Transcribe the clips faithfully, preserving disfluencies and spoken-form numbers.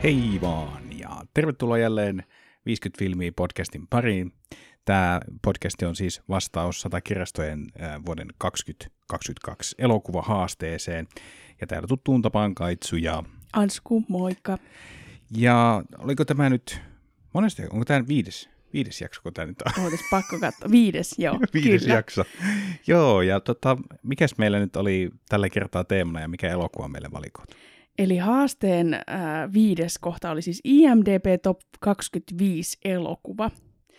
Hei vaan ja tervetuloa jälleen viisikymmentä filmiä podcastin pariin. Tämä podcast on siis vastaus Satakirjastojen vuoden kaksituhattakaksikymmentäkaksi elokuvahaasteeseen. Ja täällä tuttuun tapaan Kaitsu ja Ansku, moikka. Ja oliko tämä nyt, monesti, onko tämä viides, viides jakso, kun tämä nyt on? Ootas pakko katsoa. Viides, joo, Viides kyllä. jakso. Joo, ja tota, mikäs meillä nyt oli tällä kertaa teemana ja mikä elokuva meille valikoitu? Eli haasteen äh, viides kohta oli siis I M D B Top kaksikymmentäviisi elokuva.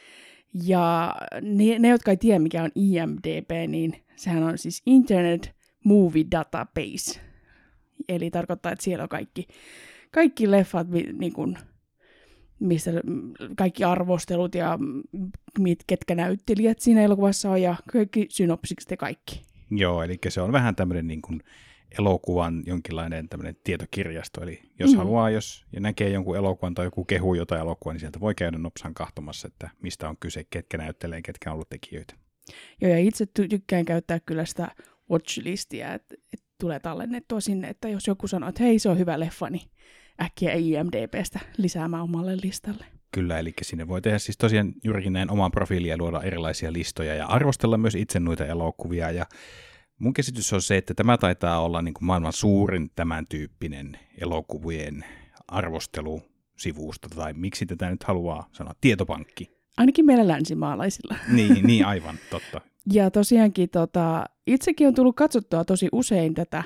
Ja ne, ne, jotka ei tiedä mikä on I M D B, niin sehän on siis Internet Movie Database. Eli tarkoittaa, että siellä on kaikki, kaikki leffat, niin kuin, mistä kaikki arvostelut ja mit, ketkä näyttelijät siinä elokuvassa on ja kaikki synopsikset ja kaikki. Joo, eli se on vähän tämmöinen niin kuin elokuvan jonkinlainen tämmöinen tietokirjasto, eli jos mm. haluaa, jos ja näkee jonkun elokuvan tai joku kehuu jotain elokuvaa, niin sieltä voi käydä nopsaan kahtomassa, että mistä on kyse, ketkä näyttelee, ketkä on ollut tekijöitä. Joo, ja itse tykkään käyttää kyllä sitä watchlistia, että, että tulee tallennettua sinne, että jos joku sanoo, että hei, se on hyvä leffa, niin äkkiä I M D B:stä lisäämään omalle listalle. Kyllä, eli sinne voi tehdä siis tosiaan juurikin näin oman profiilia ja luoda erilaisia listoja ja arvostella myös itse noita elokuvia. Ja mun käsitys on se, että tämä taitaa olla niin kuin maailman suurin tämän tyyppinen elokuvien arvostelusivusto, tai miksi tätä nyt haluaa sanoa, tietopankki. Ainakin meillä länsimaalaisilla. Niin, niin aivan, totta. Ja tosiaankin tota, itsekin on tullut katsottua tosi usein tätä,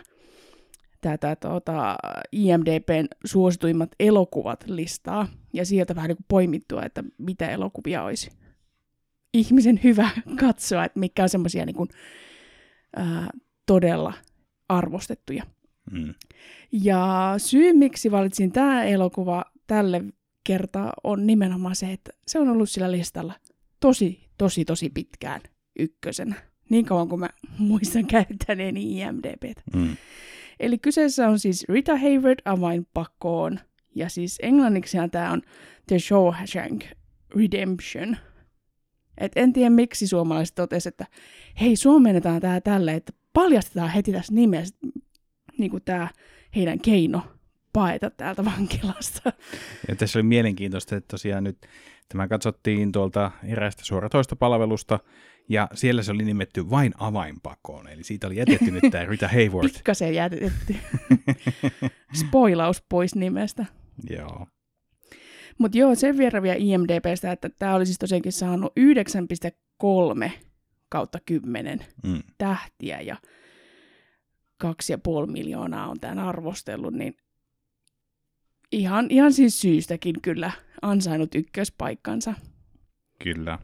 tätä tota, I M D B:n suosituimmat elokuvat listaa, ja sieltä vähän niin kuin poimittua, että mitä elokuvia olisi ihmisen hyvä katsoa, että mitkä on semmoisia niin kuin Ää, todella arvostettuja. Mm. Ja syy, miksi valitsin tämä elokuva tälle kertaa, on nimenomaan se, että se on ollut sillä listalla tosi, tosi, tosi pitkään ykkösenä. Niin kauan kuin mä muistan käyttäneeni I M D B:tä. Mm. Eli kyseessä on siis Rita Hayworth avainpakoon. Ja siis englanniksihan tämä on The Shawshank Redemption. Et en tiedä, miksi suomalaiset totesivat, että hei, suomennetaan tämä tälle, että paljastetaan heti tässä nimessä niin kuin tämä heidän keino paeta täältä vankilasta. Ja tässä oli mielenkiintoista, että tosiaan nyt tämä katsottiin tuolta eräästä suoratoistopalvelusta, ja siellä se oli nimetty vain avainpakoon, eli siitä oli jätetty nyt tämä Rita Hayworth. Pikkasen jätetty. Spoilaus pois nimestä. Joo. Mutta joo, sen verran vielä I M D B:stä, että tämä oli siis tosiaankin saanut yhdeksän pilkku kolme kautta kymmenen mm. tähtiä ja kaksi ja puoli miljoonaa on tämän arvostellut, niin ihan, ihan siis syystäkin kyllä ansainnut ykköspaikkansa. Kyllä.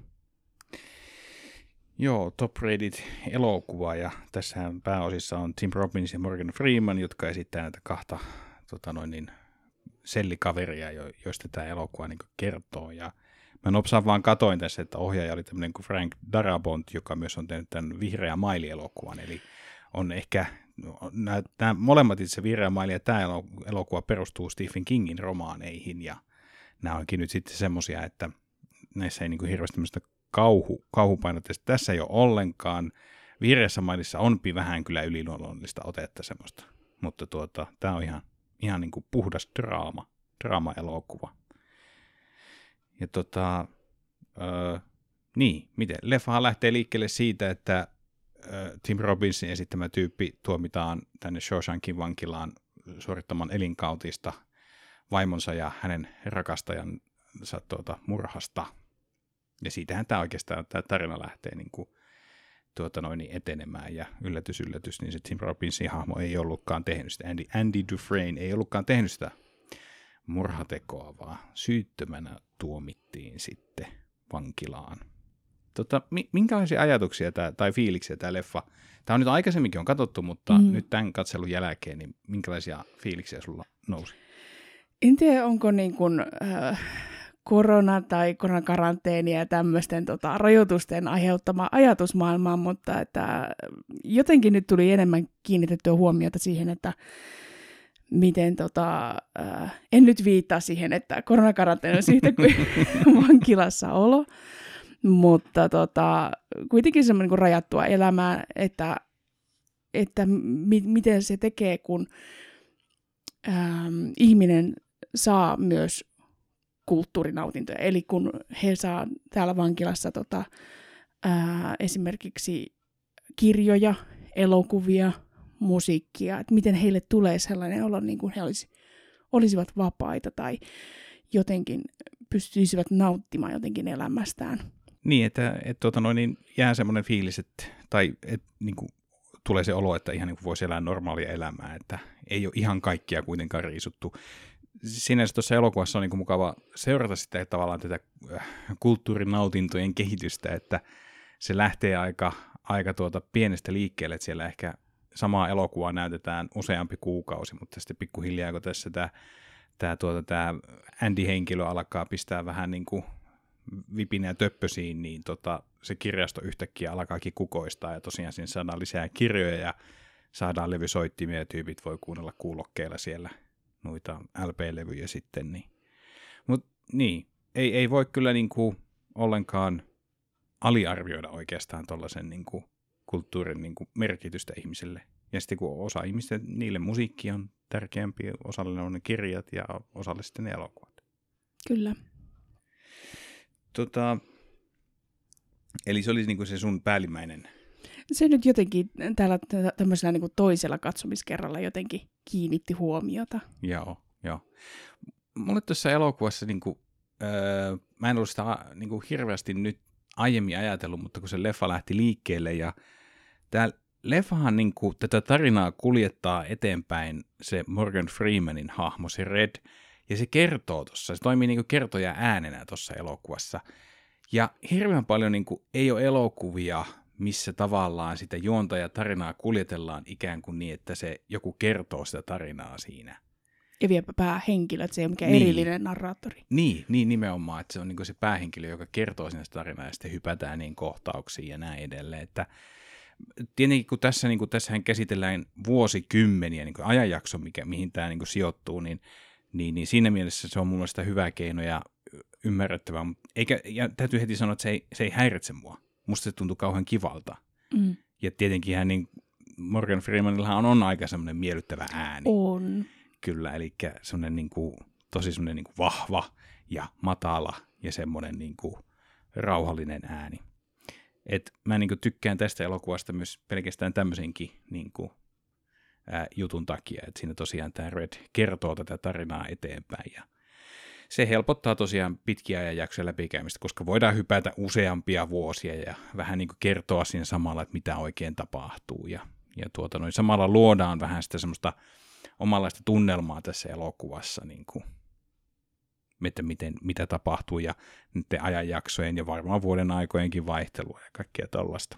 Joo, top rated elokuva, ja tässähän pääosissa on Tim Robbins ja Morgan Freeman, jotka esittää näitä kahta tota noin niin, sellikaveria, joista tämä elokuva niin kertoo. Ja mä nopsaan vaan katoin tässä, että ohjaaja oli tämmöinen kuin Frank Darabont, joka myös on tehnyt tämän Vihreä maili-elokuvan. Eli on ehkä, nämä, nämä molemmat itse Vihreä maili ja tämä elokuva perustuu Stephen Kingin romaaneihin. Ja nämä onkin nyt sitten semmoisia, että näissä ei niin kuin hirveästi tämmöistä kauhu, kauhupainotteista tässä ei ole ollenkaan. Vihreässä mailissa onpi vähän kyllä yliluonnollista otetta semmoista, mutta tuota, tämä on ihan Ihan niin kuin puhdas draama, draama-elokuva. Ja tota, öö, niin, miten? Leffahan lähtee liikkeelle siitä, että öö, Tim Robbinsin esittämä tyyppi tuomitaan tänne Shawshankin vankilaan suorittamaan elinkautista vaimonsa ja hänen rakastajansa tuota, murhasta. Ja siitähän tämä oikeastaan, tämä tarina lähtee niin kuin tuota noin etenemään, ja yllätys, yllätys, niin se Tim Robbinsin hahmo ei ollutkaan tehnyt sitä, Andy, Andy Dufresne ei ollutkaan tehnyt sitä murhatekoa, vaan syyttömänä tuomittiin sitten vankilaan. Tota, minkälaisia ajatuksia tää, tai fiiliksiä tämä leffa? Tämä on nyt aikaisemminkin on katsottu, mutta mm. nyt tämän katselun jälkeen, niin minkälaisia fiiliksiä sulla nousi? En tiedä, onko niin kuin Äh... korona- tai koronakaranteenia ja tämmöisten tota, rajoitusten aiheuttama ajatusmaailmaa, mutta että jotenkin nyt tuli enemmän kiinnitettyä huomiota siihen, että miten, tota, äh, en nyt viittaa siihen, että koronakaranteeni on yhtä kuin vankilassa olo, mutta tota, kuitenkin semmoinen niin rajattua elämää, että, että mi- miten se tekee, kun ähm, ihminen saa myös kulttuurinautintoja. Eli kun he saa täällä vankilassa tota, ää, esimerkiksi kirjoja, elokuvia, musiikkia, että miten heille tulee sellainen olo, niin kuin he olisi, olisivat vapaita tai jotenkin pystyisivät nauttimaan jotenkin elämästään. Niin, että et, tuota, noin, niin jää semmoinen fiilis, että, tai et, niin kuin, tulee se olo, että ihan niin kuin voisi elää normaalia elämää, että ei ole ihan kaikkia kuitenkaan riisuttu. Sinänsä tuossa elokuvassa on niin kuin mukava seurata sitä tavallaan tätä kulttuurinautintojen kehitystä, että se lähtee aika, aika tuota pienestä liikkeelle, että siellä ehkä samaa elokuvaa näytetään useampi kuukausi, mutta sitten pikkuhiljaa, kun tässä tämä, tämä, tuota, tämä Andy-henkilö alkaa pistää vähän niin kuin vipinä ja töppösiin, niin tota, se kirjasto yhtäkkiä alkaakin kukoistaa, ja tosiaan siinä saadaan lisää kirjoja, ja saadaan levysoittimia, ja tyypit voi kuunnella kuulokkeilla siellä noita L P-levyjä sitten. Niin. Mutta niin, ei, ei voi kyllä niinku ollenkaan aliarvioida oikeastaan tuollaisen niinku kulttuurin niinku merkitystä ihmisille. Ja sitten kun osa ihmistä, niille musiikki on tärkeämpi, osalle on ne kirjat ja osalle sitten ne elokuvat. Kyllä. Tota, eli se oli niinku se sun päällimmäinen. Se nyt jotenkin täällä tämmöisellä niinku toisella katsomiskerralla jotenkin kiinnitti huomiota. Joo, joo. Mulle tuossa elokuvassa, niinku, öö, mä en ollut sitä niinku hirveästi nyt aiemmin ajatellut, mutta kun se leffa lähti liikkeelle ja tää leffahan niinku tätä tarinaa kuljettaa eteenpäin se Morgan Freemanin hahmo, se Red, ja se kertoo tuossa, se toimii niinku kertoja äänenä tuossa elokuvassa. Ja hirveän paljon niinku ei ole elokuvia, missä tavallaan sitä juonta ja tarinaa kuljetellaan ikään kuin niin, että se joku kertoo sitä tarinaa siinä. Ja vieläpä päähenkilö, että se ei ole mikään niin. erillinen narraattori. Niin, niin nimenomaan, että se on niinku se päähenkilö, joka kertoo siinä sitä tarinaa ja sitten hypätään niin kohtauksiin ja näin edelleen. Että tietenkin kun tässä, niin kuin, tässähän käsitellään vuosikymmeniä niin kuin ajanjakso, mikä, mihin tämä niin kuin sijoittuu, niin, niin, niin siinä mielessä se on mun mielestä hyvä keino ja ymmärrettävää. Eikä, ja täytyy heti sanoa, että se ei, se ei häiritse mua. Musta se tuntuu kauhean kivalta. Mm. Ja tietenkin hän, niin Morgan Freemanillahan on, on aika semmoinen miellyttävä ääni. On. Kyllä, eli semmoinen niin kuin, tosi semmoinen niin kuin vahva ja matala ja semmoinen niin kuin rauhallinen ääni. Et mä niin kuin tykkään tästä elokuvasta myös pelkästään tämmöisenkin niin kuin, ää, jutun takia, että siinä tosiaan tämä Red kertoo tätä tarinaa eteenpäin ja se helpottaa tosiaan pitkiä ajanjaksoja läpikäymistä, koska voidaan hypätä useampia vuosia ja vähän niin kuin kertoa siinä samalla, että mitä oikein tapahtuu. Ja, ja tuota, noin samalla luodaan vähän sitä semmoista omanlaista tunnelmaa tässä elokuvassa, niin kuin, että miten, mitä tapahtuu ja niiden ajanjaksojen ja varmaan vuoden aikojenkin vaihtelua ja kaikkea tollaista.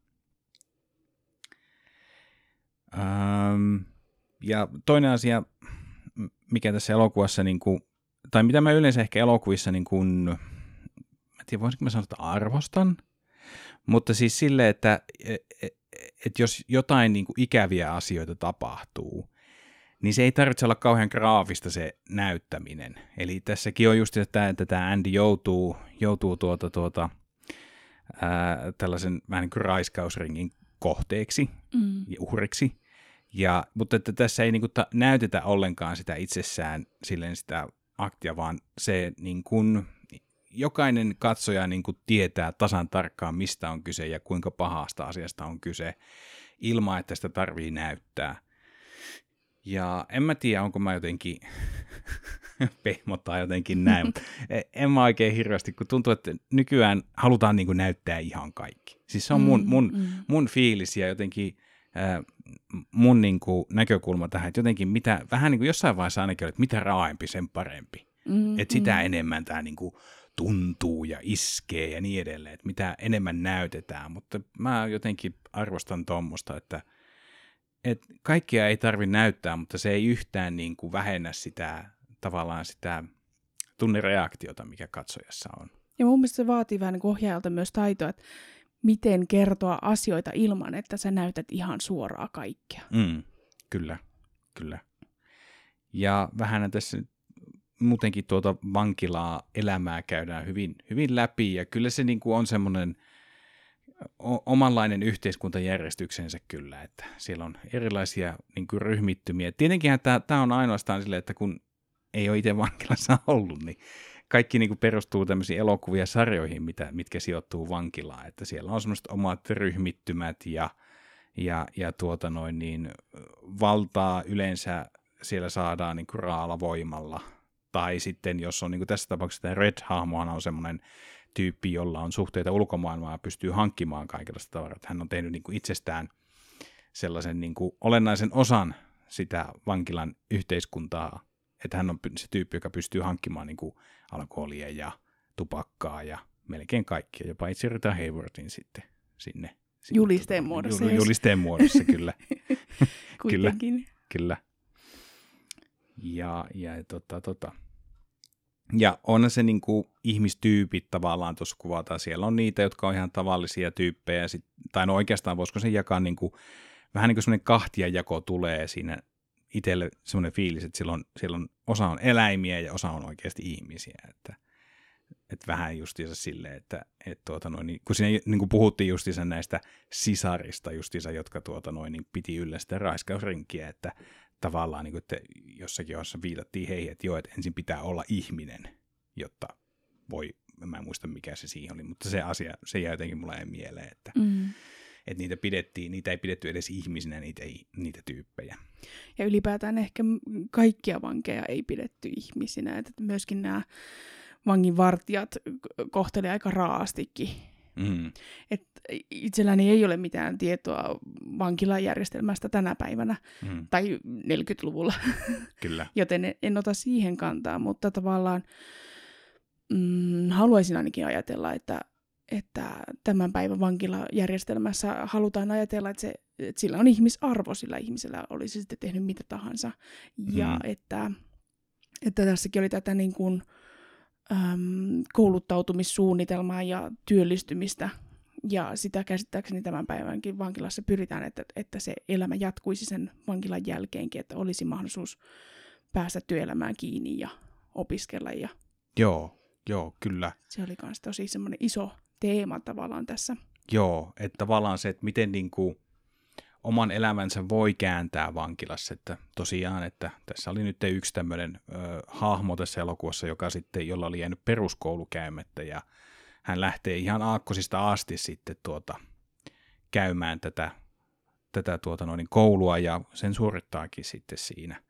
Ähm, ja toinen asia, mikä tässä elokuvassa niin kuin tai mitä mä yleensä ehkä elokuvissa, niin kun, mä en tiedä voisinko mä sanoa, että arvostan, mutta siis silleen, että et, et jos jotain niin kuin ikäviä asioita tapahtuu, niin se ei tarvitse olla kauhean graafista se näyttäminen. Eli tässäkin on just tämä, että tämä Andy joutuu, joutuu tuota, tuota, ää, tällaisen vähän niin kuin raiskausringin kohteeksi mm. ja uhriksi, ja, mutta että tässä ei niin kuin ta- näytetä ollenkaan sitä itsessään silleen sitä aktia, vaan se niin kuin, jokainen katsoja niin kuin tietää tasan tarkkaan, mistä on kyse ja kuinka pahasta asiasta on kyse, ilman että sitä tarvii näyttää. Ja en mä tiedä, onko mä jotenkin pehmottaa jotenkin näin, mutta en mä oikein hirveästi, kun tuntuu, että nykyään halutaan niin kuin näyttää ihan kaikki. Siis se on mun, mun, mm, mm. mun fiilis ja jotenkin äh, mun niin kuin näkökulma tähän, että jotenkin mitä, vähän niin kuin jossain vaiheessa ainakin oli, että mitä raaempi, sen parempi. Mm, että sitä mm. enemmän tämä niin kuin tuntuu ja iskee ja niin edelleen, että mitä enemmän näytetään, mutta mä jotenkin arvostan tuommoista, että et kaikkia ei tarvitse näyttää, mutta se ei yhtään niin kuin vähennä sitä tavallaan sitä tunnereaktiota, mikä katsojassa on. Ja mun mielestä se vaatii vähän niin kuin ohjaajalta myös taitoa, että miten kertoa asioita ilman, että sä näytät ihan suoraa kaikkea. Mm, kyllä, kyllä. Ja vähän tässä muutenkin tuota vankilaa elämää käydään hyvin, hyvin läpi, ja kyllä se niin kuin on semmoinen omanlainen yhteiskuntajärjestyksensä kyllä, että siellä on erilaisia niin kuin ryhmittymiä. Tietenkinhän tämä, tämä on ainoastaan silleen, että kun ei ole itse vankilassa ollut, niin kaikki niin kuin perustuu tämmöisiin elokuvia sarjoihin, mitä, mitkä sijoittuu vankilaan, että siellä on semmoiset omat ryhmittymät ja, ja, ja tuota noin niin, valtaa yleensä siellä saadaan niin kuin raalla voimalla, tai sitten jos on niin kuin tässä tapauksessa tämä Red-hahmohan on semmoinen tyyppi, jolla on suhteita ulkomaailmaan ja pystyy hankkimaan kaikenlaista tavaraa. Hän on tehnyt niin kuin itsestään sellaisen niin kuin olennaisen osan sitä vankilan yhteiskuntaa, että hän on se tyyppi, joka pystyy hankkimaan niin kuin alkoholia ja tupakkaa ja melkein kaikkia, jopa itse Rita Haywardin sitten sinne. Julisteen muodossa. Ju, julisteen muodossa, kyllä. kyllä, kyllä. Ja, ja, tota, tota. ja on se niin kuin ihmistyypit tavallaan tuossa kuvataan. Siellä on niitä, jotka on ihan tavallisia tyyppejä, sit, tai no oikeastaan voisiko sen jakaa niin kuin, vähän niin kuin semmoinen kahtiajako tulee siinä itselle semmoinen fiilis, että siellä on, siellä on, osa on eläimiä ja osa on oikeasti ihmisiä, että, että vähän justiinsa silleen, että, että tuota noin, niin, kun siinä niin kuin puhuttiin justiinsa näistä sisarista justiinsa, jotka tuota noin, niin piti yllä sitä raiskausrinkiä, että tavallaan niin kuin, että jossakin osassa viitattiin heihin, että joo, että ensin pitää olla ihminen, jotta voi, mä en muista mikä se siihen oli, mutta se asia, se jäi jotenkin mulle mieleen, että mm. että niitä pidettiin, niitä ei pidetty edes ihmisinä, niitä, ei, niitä tyyppejä. Ja ylipäätään ehkä kaikkia vankeja ei pidetty ihmisinä, että myöskin nämä vanginvartijat kohteli aika raastikin. Mm. Et itselläni ei ole mitään tietoa vankilajärjestelmästä tänä päivänä, mm. tai neljäkymmentäluvulla, Kyllä. joten en ota siihen kantaa, mutta tavallaan mm, haluaisin ainakin ajatella, että että tämän päivän vankilajärjestelmässä halutaan ajatella, että, se, että sillä on ihmisarvo, sillä ihmisellä olisi sitten tehnyt mitä tahansa. Mm. Ja että, että tässäkin oli tätä niin kuin, äm, kouluttautumissuunnitelmaa ja työllistymistä. Ja sitä käsittääkseni tämän päivänkin vankilassa pyritään, että, että se elämä jatkuisi sen vankilan jälkeenkin, että olisi mahdollisuus päästä työelämään kiinni ja opiskella. Ja joo, joo, kyllä. Se oli myös tosi semmoinen iso teema tavallaan tässä. Joo, että tavallaan se, että miten niin kuin oman elämänsä voi kääntää vankilassa, että tosiaan, että tässä oli nyt yksi tämmöinen ö, hahmo tässä elokuvassa, joka sitten, jolla oli jäänyt peruskoulu käymättä, ja hän lähtee ihan aakkosista asti sitten tuota, käymään tätä, tätä tuota noin, koulua, ja sen suorittaakin sitten siinä.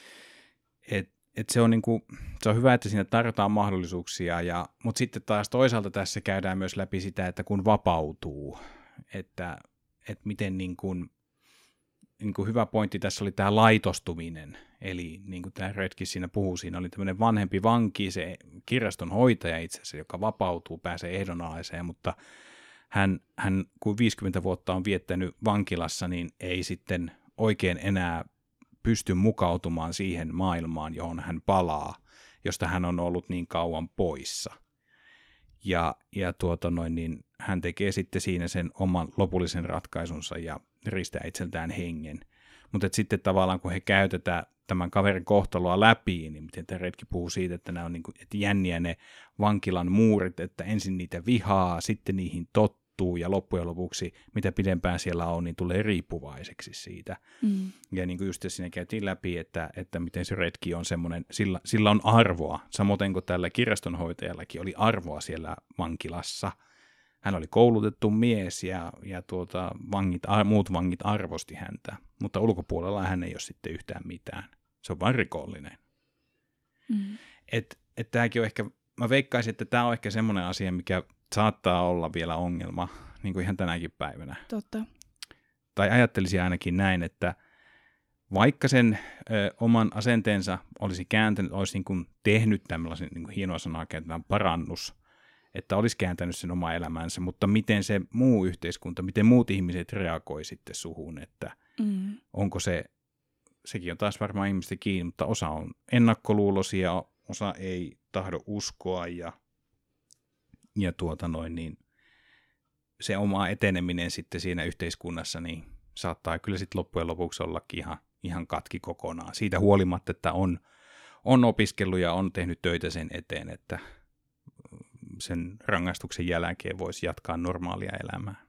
Et, et se, on niinku, se on hyvä, että siinä tarjotaan mahdollisuuksia, ja, mutta sitten taas toisaalta tässä käydään myös läpi sitä, että kun vapautuu, että, että miten niin kuin, niin kuin hyvä pointti tässä oli tämä laitostuminen, eli niin kuin tämä Redkin siinä puhuu, siinä oli tämmöinen vanhempi vanki, se kirjaston hoitaja itse asiassa, joka vapautuu, pääsee ehdonalaiseen, mutta hän, hän kun viisikymmentä vuotta on viettänyt vankilassa, niin ei sitten oikein enää pysty mukautumaan siihen maailmaan, johon hän palaa, josta hän on ollut niin kauan poissa. Ja, ja tuota noin, niin hän tekee sitten siinä sen oman lopullisen ratkaisunsa ja ristää itseltään hengen. Mutta sitten tavallaan kun he käytetään tämän kaverin kohtaloa läpi, niin miten tämä Redkin puhuu siitä, että nämä on niin kuin, että jänniä ne vankilan muurit, että ensin niitä vihaa, sitten niihin tottuu ja loppujen lopuksi mitä pidempään siellä on, niin tulee riippuvaiseksi siitä. Mm. Ja niin kuin just siinä käytiin läpi, että, että miten se Redkin on semmoinen, sillä, sillä on arvoa, samoin kuin tällä kirjastonhoitajallakin oli arvoa siellä vankilassa. Hän oli koulutettu mies ja, ja tuota, vangit, muut vangit arvosti häntä, mutta ulkopuolella hän ei ole sitten yhtään mitään. Se on vain rikollinen. Mm. Että et tämäkin on ehkä, mä veikkaisin, että tämä on ehkä semmoinen asia, mikä saattaa olla vielä ongelma, niin kuin ihan tänäkin päivänä. Totta. Tai ajattelisin ainakin näin, että vaikka sen ö, oman asenteensa olisi kääntänyt, olisi niin kuin tehnyt tämmöisen niin kuin hienoa sanaa käytetään parannus, että olisi kääntänyt sen oma elämänsä, mutta miten se muu yhteiskunta, miten muut ihmiset reagoi sitten suhun, että mm. onko se, sekin on taas varmaan ihmistä kiinni, mutta osa on ennakkoluuloisia, osa ei tahdo uskoa ja, ja tuota noin, niin se oma eteneminen sitten siinä yhteiskunnassa niin saattaa kyllä sitten loppujen lopuksi ollakin ihan, ihan katki kokonaan. Siitä huolimatta, että on, on opiskellut ja on tehnyt töitä sen eteen, että sen rangaistuksen jälkeen voisi jatkaa normaalia elämää.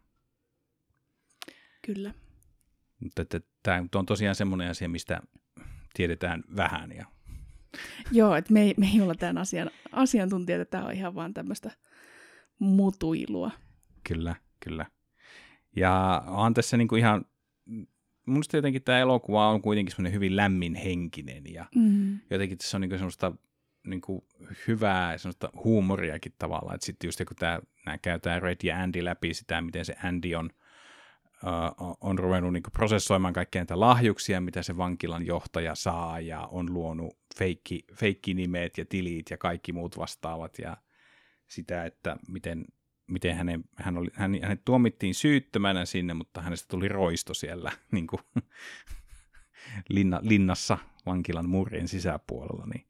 Kyllä. Mutta tämä on tosiaan semmoinen asia, mistä tiedetään vähän ja Joo, että me ei, me ei olla tämän asian asiantuntijoita, tämä on ihan vaan tämmöistä mutuilua. Kyllä, kyllä. Ja on tässä niinku ihan, minusta jotenkin tämä elokuva on kuitenkin semmoinen hyvin lämminhenkinen ja mm. jotenkin tässä on niinku semmoista niinku hyvää semmoista huumoriakin tavallaan, että sitten just kun tämä, nämä käy tämä Red ja Andy läpi sitä, miten se Andy on, uh, on ruvennut niinku prosessoimaan kaikkia näitä lahjuksia, mitä se vankilan johtaja saa ja on luonut feikki, feikkinimet ja tilit ja kaikki muut vastaavat ja sitä, että miten miten hänen, hän oli, hän, hänet tuomittiin syyttömänä sinne, mutta hänestä tuli roisto siellä niin kuin, linna, linnassa vankilan murien sisäpuolella. Niin,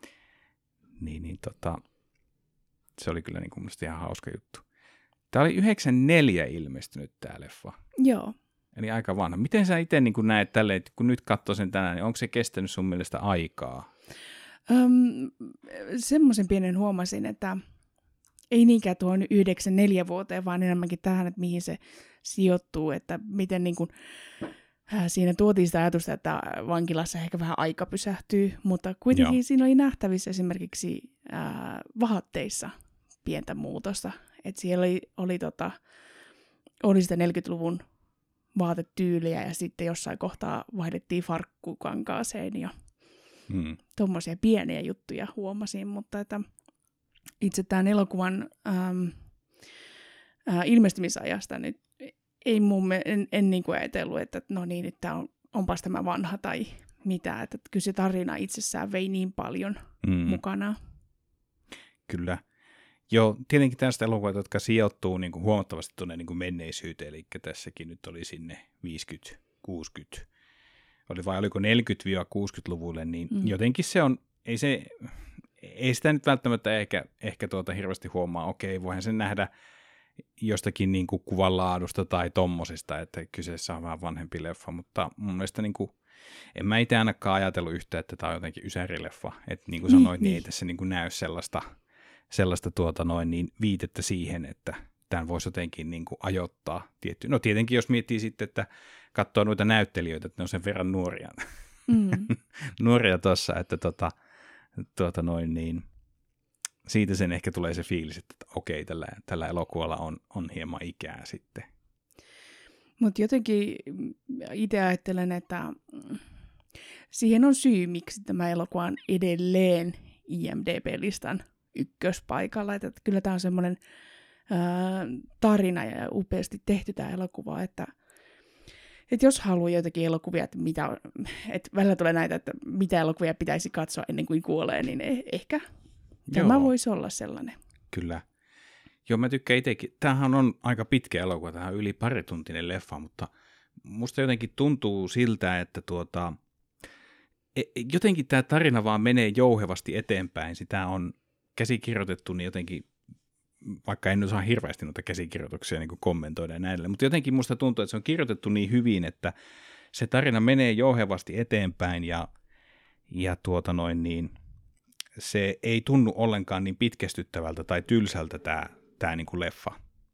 niin, niin tota, se oli kyllä niin kuin mielestäni ihan hauska juttu. Tämä oli yhdeksänkymmentäneljä ilmestynyt tämä leffa. Joo. Eli aika vanha. Miten sä itse niin kuin näet tälleen, kun nyt katsoo sen tänään, niin onko se kestänyt sun mielestä aikaa? Öm, semmoisen pienen huomasin, että ei niinkään tuohon yhdeksänkymmentäneljä vuoteen, vaan enemmänkin tähän, että mihin se sijoittuu, että miten niin kuin, äh, siinä tuotiin sitä ajatusta, että vankilassa ehkä vähän aika pysähtyy, mutta kuitenkin Joo. siinä oli nähtävissä esimerkiksi äh, vaatteissa pientä muutosta, että siellä oli, oli, tota, oli sitä neljäkymmentäluvun vaatetyyliä ja sitten jossain kohtaa vaihdettiin farkkukankaaseen ja hmm. tuommoisia pieniä juttuja huomasin, mutta että itse tämän elokuvan ähm, äh, ilmestymisajasta nyt ei mun me, en, en niin kuin ajatellut, että no niin, nyt tämä on, onpas tämä vanha tai mitä, että kyllä se tarina itsessään vei niin paljon mm. mukana. Kyllä. Joo, tietenkin tästä elokuvat, jotka sijoittuu niin kuin huomattavasti tuonne niin kuin menneisyyteen, eli tässäkin nyt oli sinne viisikymmentä kuusikymmentä, oli vai oliko neljäkymmentä-kuusikymmentäluvulle, niin mm. jotenkin se on, ei se... Ei sitä nyt välttämättä ehkä, ehkä tuota hirveästi huomaa, okei, voihan sen nähdä jostakin niin kuin kuvanlaadusta tai tommosesta, että kyseessä on vähän vanhempi leffa, mutta mun mielestä niin kuin, en mä itse ainakaan ajatellut yhtä, että tämä on jotenkin ysärileffa, että niin kuin sanoit, niin, niin ei tässä niin kuin näy sellaista, sellaista tuota noin niin viitettä siihen, että tämän voisi jotenkin niin kuin ajoittaa tietty. No tietenkin, jos miettii sitten, että katsoo noita näyttelijöitä, että ne on sen verran nuoria, mm. nuoria tuossa, että tota, Tuota noin, niin siitä sen ehkä tulee se fiilis, että okei, tällä, tällä elokuvalla on, on hieman ikää sitten. Mutta jotenkin itse ajattelen, että siihen on syy, miksi tämä elokuva on edelleen I M D B-listan ykköspaikalla. Että kyllä tämä on semmoinen ää, tarina ja upeasti tehty tämä elokuva, että Että jos haluaa jotakin elokuvia, että, mitä, että välillä tulee näitä, että mitä elokuvia pitäisi katsoa ennen kuin kuolee, niin ehkä Joo. tämä voisi olla sellainen. Kyllä. Joo, mä tykkään itsekin. Tämähän on aika pitkä elokuva, tämähän on yli parituntinen leffa, mutta musta jotenkin tuntuu siltä, että tuota, jotenkin tämä tarina vaan menee jouhevasti eteenpäin. Sitä on käsikirjoitettu niin jotenkin, vaikka en osaa hirveästi noita käsikirjoituksia niin kuin kommentoida ja näille, mutta jotenkin musta tuntuu, että se on kirjoitettu niin hyvin, että se tarina menee jouhevasti eteenpäin ja, ja tuota noin niin, se ei tunnu ollenkaan niin pitkästyttävältä tai tylsältä tämä, tämä niin kuin leffa.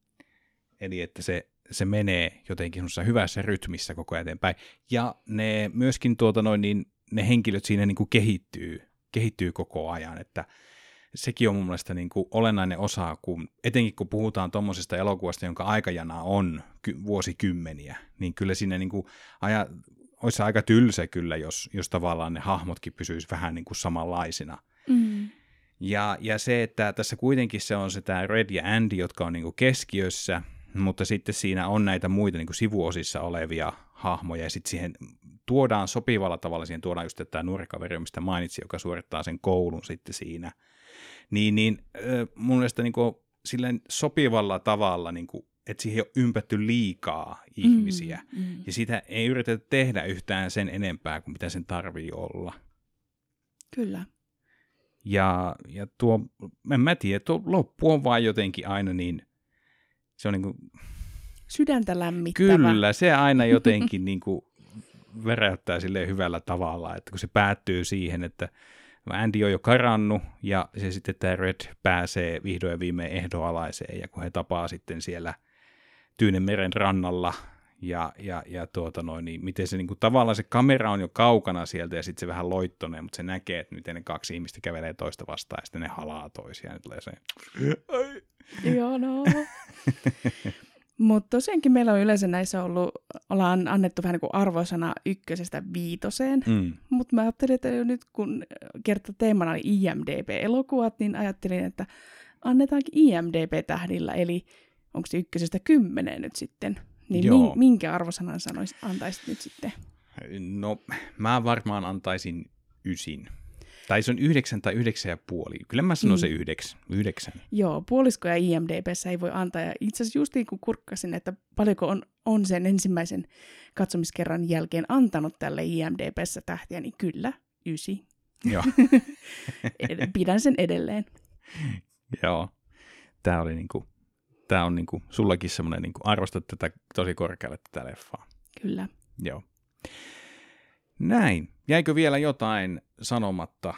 Eli että se, se menee jotenkin hyvässä rytmissä koko ajan eteenpäin. Ja ne myöskin tuota noin niin, ne henkilöt siinä niin kuin kehittyy, kehittyy koko ajan, että sekin on mun mielestä niin kuin olennainen osa, kun, etenkin kun puhutaan tuommoisesta elokuvasta, jonka aikajana on ky- vuosikymmeniä, niin kyllä siinä niin kuin aja, olisi aika tylsä kyllä, jos, jos tavallaan ne hahmotkin pysyisivät vähän niin kuin samanlaisina. Mm. Ja, ja se, että tässä kuitenkin se on se tämä Red ja Andy, jotka on niin kuin keskiössä, mutta sitten siinä on näitä muita niin kuin sivuosissa olevia hahmoja, ja sitten siihen tuodaan sopivalla tavalla, siihen tuodaan just tämä nuori kaveri, mistä mainitsin, joka suorittaa sen koulun sitten siinä. Niin, niin mun mielestä niin kuin, silleen sopivalla tavalla, niin kuin, että siihen on ympätty liikaa ihmisiä. Mm, mm. Ja sitä ei yritetä tehdä yhtään sen enempää kuin mitä sen tarvii olla. Kyllä. Ja, ja tuo, en mä tiedä, tuo loppu on vaan jotenkin aina niin, se on niin kuin... Sydäntä lämmittävä. Kyllä, se aina jotenkin niin kuin väräyttää silleen hyvällä tavalla, että kun se päättyy siihen, että Andy on jo karannut, ja se sitten tämä Red pääsee vihdoin ja viimein ehdonalaiseen, ja kun he tapaa sitten siellä Tyynemeren rannalla, ja, ja, ja tuota noin, niin miten se niin kuin, tavallaan se kamera on jo kaukana sieltä ja sitten se vähän loittonee, mutta se näkee, että miten ne kaksi ihmistä kävelee toista vastaan ja sitten ne halaa toisiaan ja tulee se. Ihanaa. Mutta tosiaankin meillä on yleensä näissä ollut, ollaan annettu vähän niin kuin arvosana ykkösestä viitoseen, Mm. mutta mä ajattelin, että nyt kun kerta teemana oli I M D B-elokuvat, niin ajattelin, että annetaankin I M D B-tähdillä, eli onko se ykkösestä kymmeneen nyt sitten, niin Joo. min, minkä arvosanan sanois, antaisit nyt sitten? No, mä varmaan antaisin ysin. Tai se on yhdeksän tai yhdeksän ja puoli. Kyllä mä sanon mm. se yhdeksän. yhdeksän. Joo, puoliskoja I M D B:ssä ei voi antaa. Ja itse asiassa justiin kun kurkkasin, että paljonko on, on sen ensimmäisen katsomiskerran jälkeen antanut tälle I M D B:ssä tähtiä, niin kyllä, ysi. Joo. Pidän sen edelleen. Joo. Tää oli niinku, tää on niinku, sullakin semmoinen niinku, arvostat tätä tosi korkealle tätä leffaa. Kyllä. Joo. Näin. Jäikö vielä jotain sanomatta?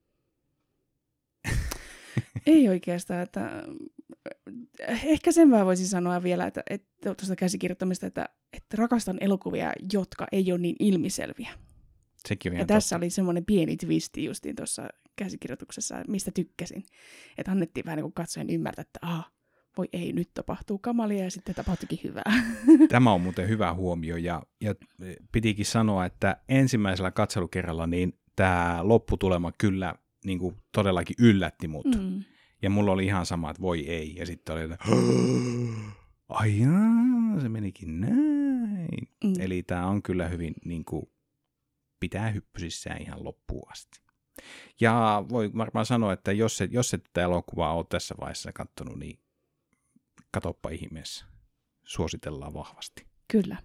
Ei oikeastaan, että ehkä sen vaan voisin sanoa vielä, että, että tuosta käsikirjoittamista, että, että rakastan elokuvia, jotka ei ole niin ilmiselviä. Sekin on Ja ihan tässä totta. oli semmoinen pieni twisti justiin tuossa käsikirjoituksessa, mistä tykkäsin. Että annettiin vähän niin kuin katsojen ymmärtää, että aha, voi ei, nyt tapahtuu kamalia ja sitten tapahtuikin hyvää. Tämä on muuten hyvä huomio ja, ja pitikin sanoa, että ensimmäisellä katselukerralla niin tämä lopputulema kyllä niin kuin todellakin yllätti mut. Mm. Ja mulla oli ihan sama, että voi ei. Ja sitten oli, että ai jaa, se menikin näin. Mm. Eli tämä on kyllä hyvin niin kuin, pitää hyppysissään ihan loppuun asti. Ja voi varmaan sanoa, että jos et, jos et tätä elokuvaa ole tässä vaiheessa katsonut, niin katoppa ihmeessä. Suositellaan vahvasti. Kyllä.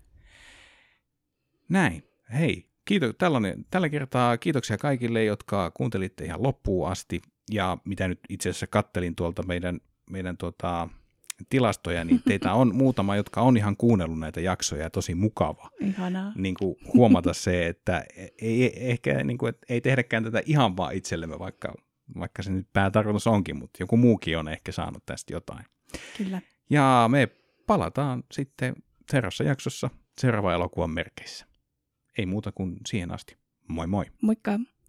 Näin. Hei, kiito, tällainen, tällä kertaa kiitoksia kaikille, jotka kuuntelitte ihan loppuun asti. Ja mitä nyt itse asiassa kattelin tuolta meidän, meidän tuota, tilastoja, niin teitä on muutama, jotka on ihan kuunnellut näitä jaksoja ja tosi mukava. Ihanaa. Niin kuin huomata se, että ei, ehkä niin kuin, että ei tehdäkään tätä ihan vaan itsellemme, vaikka, vaikka se nyt päätarkoitus onkin, mutta joku muukin on ehkä saanut tästä jotain. Kyllä. Ja me palataan sitten seuraavassa jaksossa seuraavan elokuvan merkeissä. Ei muuta kuin siihen asti. Moi moi! Moikka!